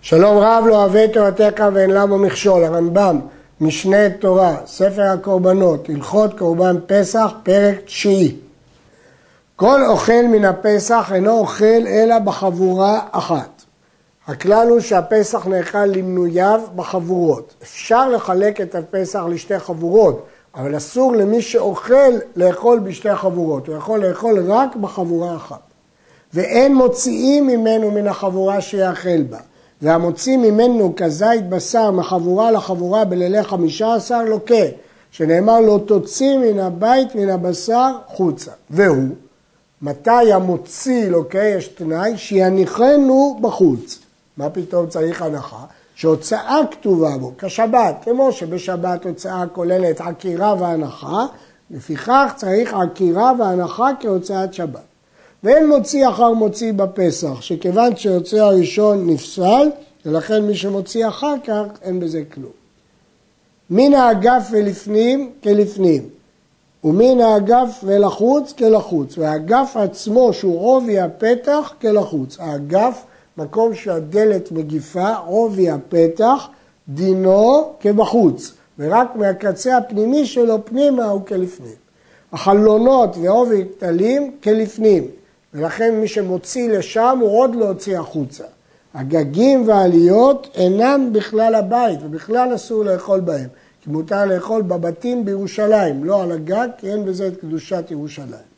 שלום רב לא אוהב תורתך ואין למה מכשול. הרמב"ם, משנה תורה, ספר הקורבנות, הלכות קורבן פסח, פרק 9. כל אוכל מן הפסח אינו אוכל אלא בחבורה אחת. הכלל הוא שהפסח נאכל למנוייו בחבורות. אפשר לחלק את הפסח לשתי חבורות, אבל אסור למי שאוכל לאכול בשתי חבורות. הוא יכול לאכול רק בחבורה אחת. ואין מוציאים ממנו מן החבורה שיאכל בה. והמוציא ממנו כזית בשר מחבורה לחבורה בלילי 15 לוקה, שנאמר לו תוציא מן הבית מן הבשר חוצה. והוא, מתי המוציא לוקה? יש תנאי שיניחנו בחוץ. מה פתאום צריך הנחה? שהוצאה כתובה בו, כשבת, כמו שבשבת הוצאה כוללת עקירה והנחה, לפיכך צריך עקירה והנחה כהוצאת שבת. ואין מוציא אחר מוציא בפסח, שכיוון שהוצא הראשון נפסל, ולכן מי שמוציא אחר כך אין בזה כלום. מן האגף ולפנים כלפנים, ומן האגף ולחוץ כלחוץ, והאגף עצמו שהוא עובי הפתח כלחוץ. האגף, מקום שהדלת מגיפה, עובי הפתח, דינו כבחוץ, ורק מהקצה הפנימי שלו פנימה הוא כלפנים. החלונות ועובי כתלים כלפנים, ולכן מי שמוציא לשם הוא עוד לא הוציא החוצה. הגגים והעליות אינם בכלל הבית, ובכלל אסור לאכול בהם, כי מותר לאכול בבתים בירושלים, לא על הגג, כי אין בזה את קדושת ירושלים.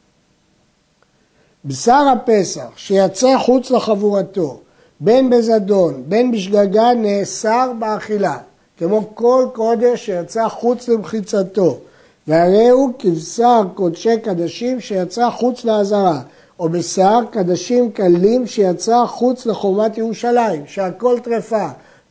בשר הפסח שיצא חוץ לחבורתו, בין בזדון, בין בשגגה, נאסר באכילה, כמו כל קודש שיצא חוץ למחיצתו, והרי הוא כבשר קודשי קדשים שיצא חוץ לעזרה, או בשר קדשים קלים שיצא חוץ לחומת ירושלים, שהכל טרפה,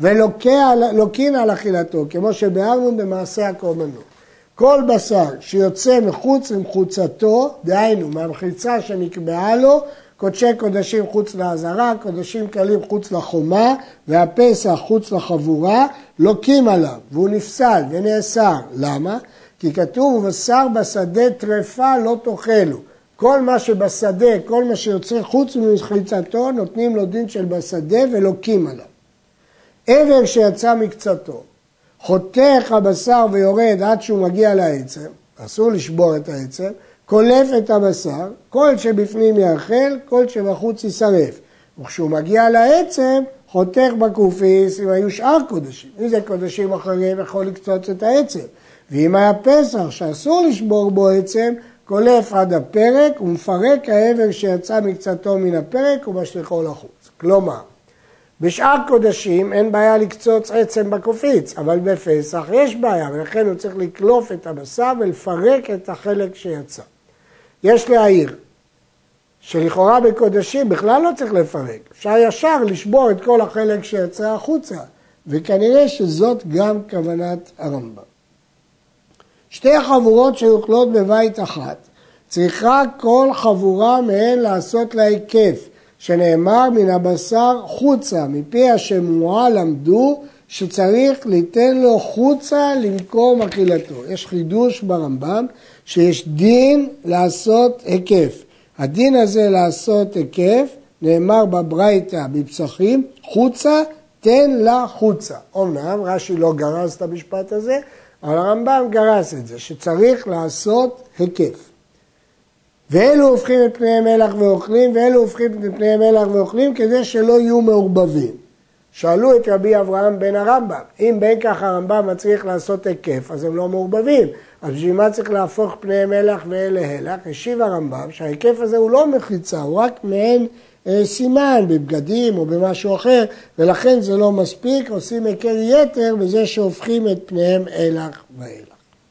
ולוקין על אכילתו, כמו שבארנו במעשה הקורבנות. כל בשר שיוצא מחוץ למחוצתו, דהיינו מהמחיצה שנקבעה לו, קודשי קודשים חוץ לעזרה, קודשים קלים חוץ לחומה, והפסח חוץ לחבורה, לוקים עליו, והוא נפסל ונאסר. למה? כי כתוב, ובשר בשדה טרפה לא תאכלו. כל מה שבשדה, כל מה שיוצא חוץ ממחיצתו, נותנים לו דין של בשדה ולוקים עליו. עבר שיצא מקצתו, חותך הבשר ויורד עד שהוא מגיע לעצם, אסור לשבור את העצם, קולף את הבשר, כל שבפנים יאכל, כל שבחוץ ישרף. וכשהוא מגיע לעצם, חותך בקופיס, אם היו שאר קודשים. אם זה קודשים אחרים, יכול לקצוץ את העצם. ואם היה פסח שאסור לשבור בו עצם, קולף עד הפרק ומפרק העבר שיצא מקצתו מן הפרק ומשליחו לחוץ. כלומר, בשאר קודשים אין בעיה לקצוץ עצם בקופיץ, אבל בפסח יש בעיה, ולכן הוא צריך לקלוף את הבשר ולפרק את החלק שיצא. יש להעיר שלכאורה בקודשים בכלל לא צריך לפרק, אפשר ישר לשבור את כל החלק שיצא החוצה, וכנראה שזאת גם כוונת הרמב"ם. שתי חבורות שיוכלות בבית אחת, צריכה כל חבורה מהן לעשות לה היקף, שנאמר מן הבשר חוצה, מפי השמועה למדו שצריך ליתן לו חוצה למקום אכילתו. יש חידוש ברמב"ם שיש דין לעשות היקף. הדין הזה לעשות היקף נאמר בברייתא בפסחים, חוצה תן לה חוצה. אומנם רש"י לא גרס את המשפט הזה, אבל הרמב"ם גרס את זה, שצריך לעשות היקף. ואלו הופכים את פניהם מלח ואוכלים, ואלו הופכים את פניהם מלח ואוכלים, כדי שלא יהיו מעורבבים. שאלו את רבי אברהם בן הרמב"ם, אם בין כך הרמב"ם צריך לעשות היקף, אז הם לא מעורבבים. אז בשביל מה צריך להפוך פניהם מלח ואלה הלח? השיב הרמב"ם שההיקף הזה הוא לא מחיצה, הוא רק מעין סימן בבגדים או במשהו אחר, ולכן זה לא מספיק, עושים היכר יתר בזה שהופכים את פניהם מלח ואלח.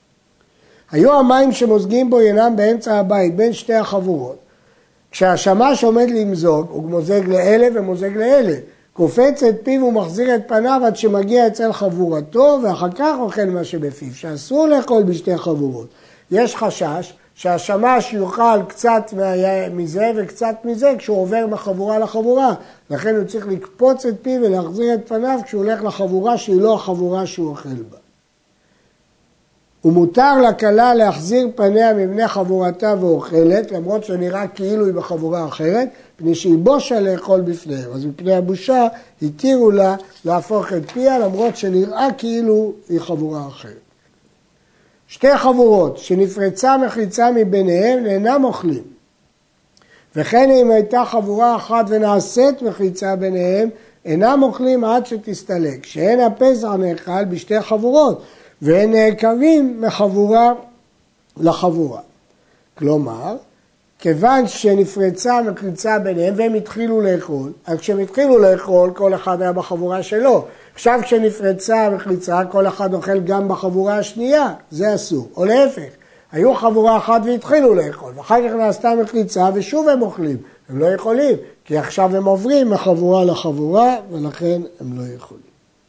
היו המים שמוזגים בו ינם באמצע הבית, בין שתי החבורות. כשהשמש עומד למזוג, הוא מוזג לאלה ומוזג לאלה. קופץ את פיו ומחזיר את פניו עד שמגיע אצל חבורתו, ואחר כך אוכל מה שבפיו, שאסור לאכול בשתי חבורות. יש חשש שהשמש יאכל קצת מזה וקצת מזה כשהוא עובר מחבורה לחבורה. לכן הוא צריך לקפוץ את פיו ולהחזיר את פניו כשהוא הולך לחבורה שהיא לא החבורה שהוא אוכל בה. ומותר לכלה להחזיר פניה מבני חבורתה ואוכלת, למרות שנראה כאילו היא בחבורה אחרת, פני שהיא בושה לאכול בפניהם. אז מפני הבושה התירו לה להפוך את פיה, למרות שנראה כאילו היא חבורה אחרת. שתי חבורות שנפרצה מחיצה מביניהם אינם אוכלים. וכן אם הייתה חבורה אחת ונעשית מחיצה ביניהם, אינם אוכלים עד שתסתלק. שאין הפסח נאכל בשתי חבורות, והם נעקרים מחבורה לחבורה. כלומר, כיוון שנפרצה מחיצה ביניהם והם התחילו לאכול, אז כשהם התחילו לאכול כל אחד היה בחבורה שלו. עכשיו כשנפרצה מחיצה כל אחד אוכל גם בחבורה השנייה, זה אסור. או להפך, היו חבורה אחת והתחילו לאכול, ואחר כך נעשתה מחיצה ושוב הם אוכלים. הם לא יכולים, כי עכשיו הם עוברים מחבורה לחבורה ולכן הם לא יכולים.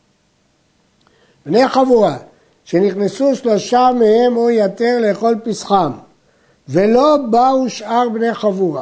בני חבורה שנכנסו 3 מהם או יותר לאכול פסחם, ולא באו שאר בני חבורה.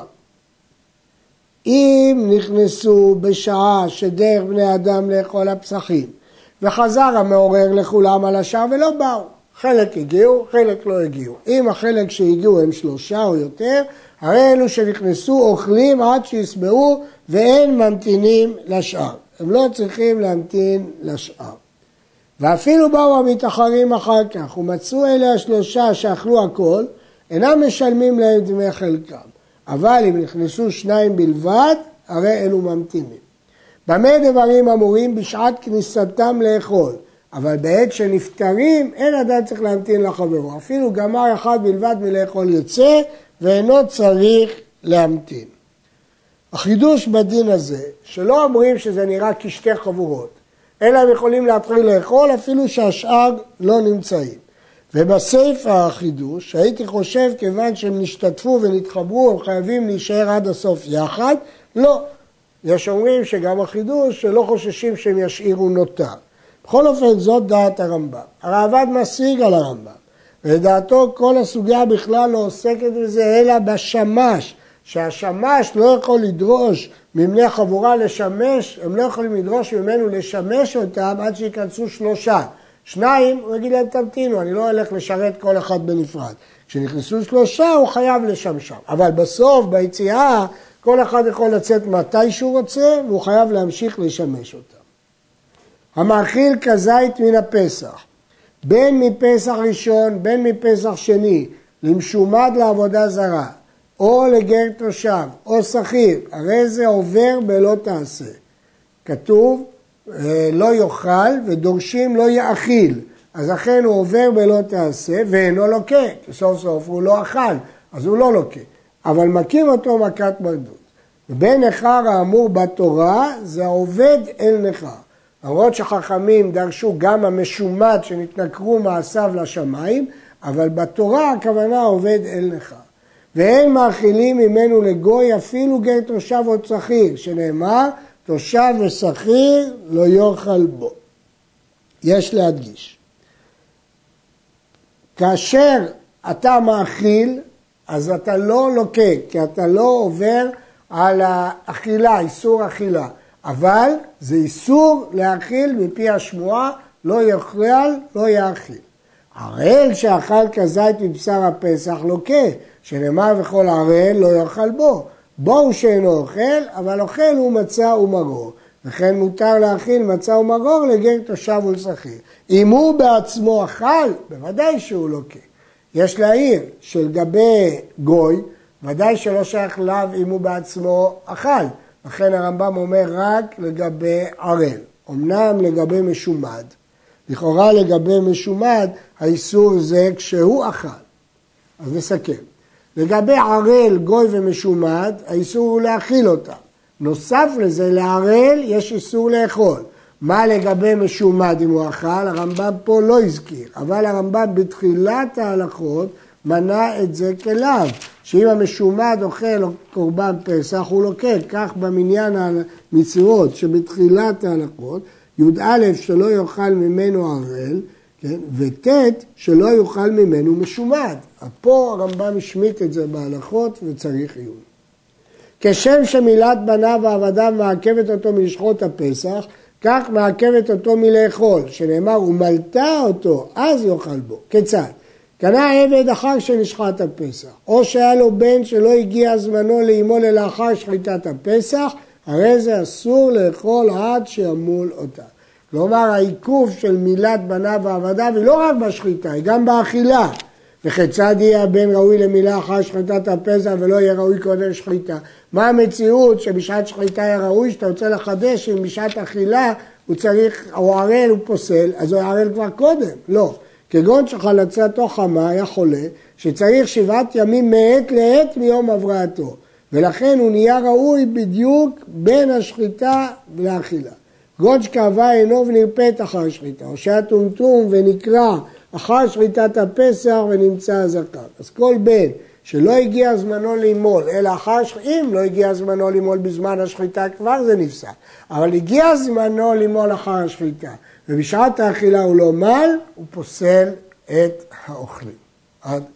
אם נכנסו בשעה שדרך בני אדם לאכול הפסחים, וחזר המעורר לכולם על השאר ולא באו. חלק הגיעו, חלק לא הגיעו. אם החלק שהגיעו הם 3 או יותר, הרי אלו שנכנסו אוכלים עד שיסבעו ואין ממתינים לשאר. הם לא צריכים להמתין לשאר. ואפילו באו המתאחרים אחר כך, ומצאו אלה 3 שאכלו הכל, אינם משלמים להם דמי חלקם. אבל אם נכנסו 2 בלבד, הרי אלו ממתינים. במה דברים אמורים? בשעת כניסתם לאכול. אבל בעת שנפטרים, אין אדם צריך להמתין לחברו. אפילו גמר אחד בלבד מלאכול יוצא, ואינו צריך להמתין. החידוש בדין הזה, שלא אומרים שזה נראה כשתי חבורות, אלא הם יכולים להתחיל לאכול אפילו שהשאר לא נמצאים. ובסעיף החידוש, הייתי חושב כיוון שהם נשתתפו ונתחברו, הם חייבים להישאר עד הסוף יחד, לא. יש אומרים שגם החידוש שלא חוששים שהם ישאירו נותר. בכל אופן זאת דעת הרמב"ם. הרעב"ד משיג על הרמב"ם. ולדעתו כל הסוגיה בכלל לא עוסקת בזה אלא בשמש. שהשמש לא יכול לדרוש מבני חבורה לשמש, הם לא יכולים לדרוש ממנו לשמש אותם עד שיכנסו 3. 2, הוא יגיד להם תמתינו, אני לא הולך לשרת כל אחד בנפרד. כשנכנסו 3 הוא חייב לשמשם. אבל בסוף, ביציאה, כל אחד יכול לצאת מתי שהוא רוצה והוא חייב להמשיך לשמש אותם. המאכיל כזית מן הפסח, בין מפסח ראשון, בין מפסח שני, למשומד לעבודה זרה, או לגר תושב, או שכיר, הרי זה עובר בלא תעשה. כתוב, לא יאכל ודורשים לא יאכיל, אז לכן הוא עובר בלא תעשה ואינו לוקה, סוף סוף הוא לא אכל, אז הוא לא לוקה, אבל מכים אותו מכת מרדות. ובין נחר האמור בתורה זה העובד אל נחר. למרות שחכמים דרשו גם המשומד שנתנקרו מעשיו לשמיים, אבל בתורה הכוונה עובד אל נחר. ואין מאכילים ממנו לגוי אפילו גר תושב או שכיר, שנאמר תושב ושכיר לא יאכל בו. יש להדגיש. כאשר אתה מאכיל, אז אתה לא לוקה, כי אתה לא עובר על האכילה, איסור אכילה. אבל זה איסור להאכיל מפי השמועה, לא יאכל, לא יאכיל. ערל שאכל כזית מבשר הפסח לוקה, שנאמר וכל ערל לא יאכל בו. בו הוא שאינו אוכל, אבל אוכל הוא מצה ומרור. וכן מותר להאכיל מצה ומרור לגר תושב ולשכיר. אם הוא בעצמו אכל, בוודאי שהוא לוקה. יש להעיר שלגבי גוי, ודאי שלא שייך לאו אם הוא בעצמו אכל. לכן הרמב"ם אומר רק לגבי ערל. אמנם לגבי משומד. לכאורה לגבי משומד, האיסור זה כשהוא אכל. אז נסכם. לגבי ערל, גוי ומשומד, האיסור הוא להאכיל אותם. נוסף לזה, לערל יש איסור לאכול. מה לגבי משומד אם הוא אכל? הרמב"ם פה לא הזכיר. אבל הרמב"ם בתחילת ההלכות מנה את זה כלאו. שאם המשומד אוכל קורבן פסח, הוא לוקה. כך במניין המצוות שבתחילת ההלכות, י"א שלא יאכל ממנו ערל, כן? וט' שלא יאכל ממנו משומד. פה הרמב"ם השמיט את זה בהלכות וצריך עיון. כשם שמילת בניו ועבדיו מעכבת אותו מלשחוט הפסח, כך מעכבת אותו מלאכול, שנאמר ומלתה אותו, אז יאכל בו. כיצד? קנה עבד אחר שנשחט הפסח, או שהיה לו בן שלא הגיע זמנו לאמול אלא אחר שחיטת הפסח, הרי זה אסור לאכול עד שימול אותה. כלומר, העיכוב של מילת בניו ועבדיו היא לא רק בשחיטה, היא גם באכילה. וכיצד יהיה הבן ראוי למילה אחר שחיטת הפסח ולא יהיה ראוי קודם שחיטה? מה המציאות שבשעת שחיטה יהיה ראוי, שאתה רוצה לחדש אם בשעת אכילה הוא צריך, הוא ערל, הוא פוסל, אז הוא יערל כבר קודם? לא. כגון שחלצתו חמה היה חולה, שצריך 7 ימים מעת לעת מיום הבראתו, ולכן הוא נהיה ראוי בדיוק בין השחיטה לאכילה. גון שכאבה אינו ונרפאת אחר השחיטה, או שהיה טומטום ונקרא אחר שחיטת הפסח ונמצא הזכר. אז כל בן שלא הגיע זמנו לימול, אלא אחר אם לא הגיע זמנו לימול בזמן השחיטה, כבר זה נפסק. אבל הגיע זמנו לימול אחר השחיטה, ובשעת האכילה הוא לא מל, הוא פוסל את האוכלים. עד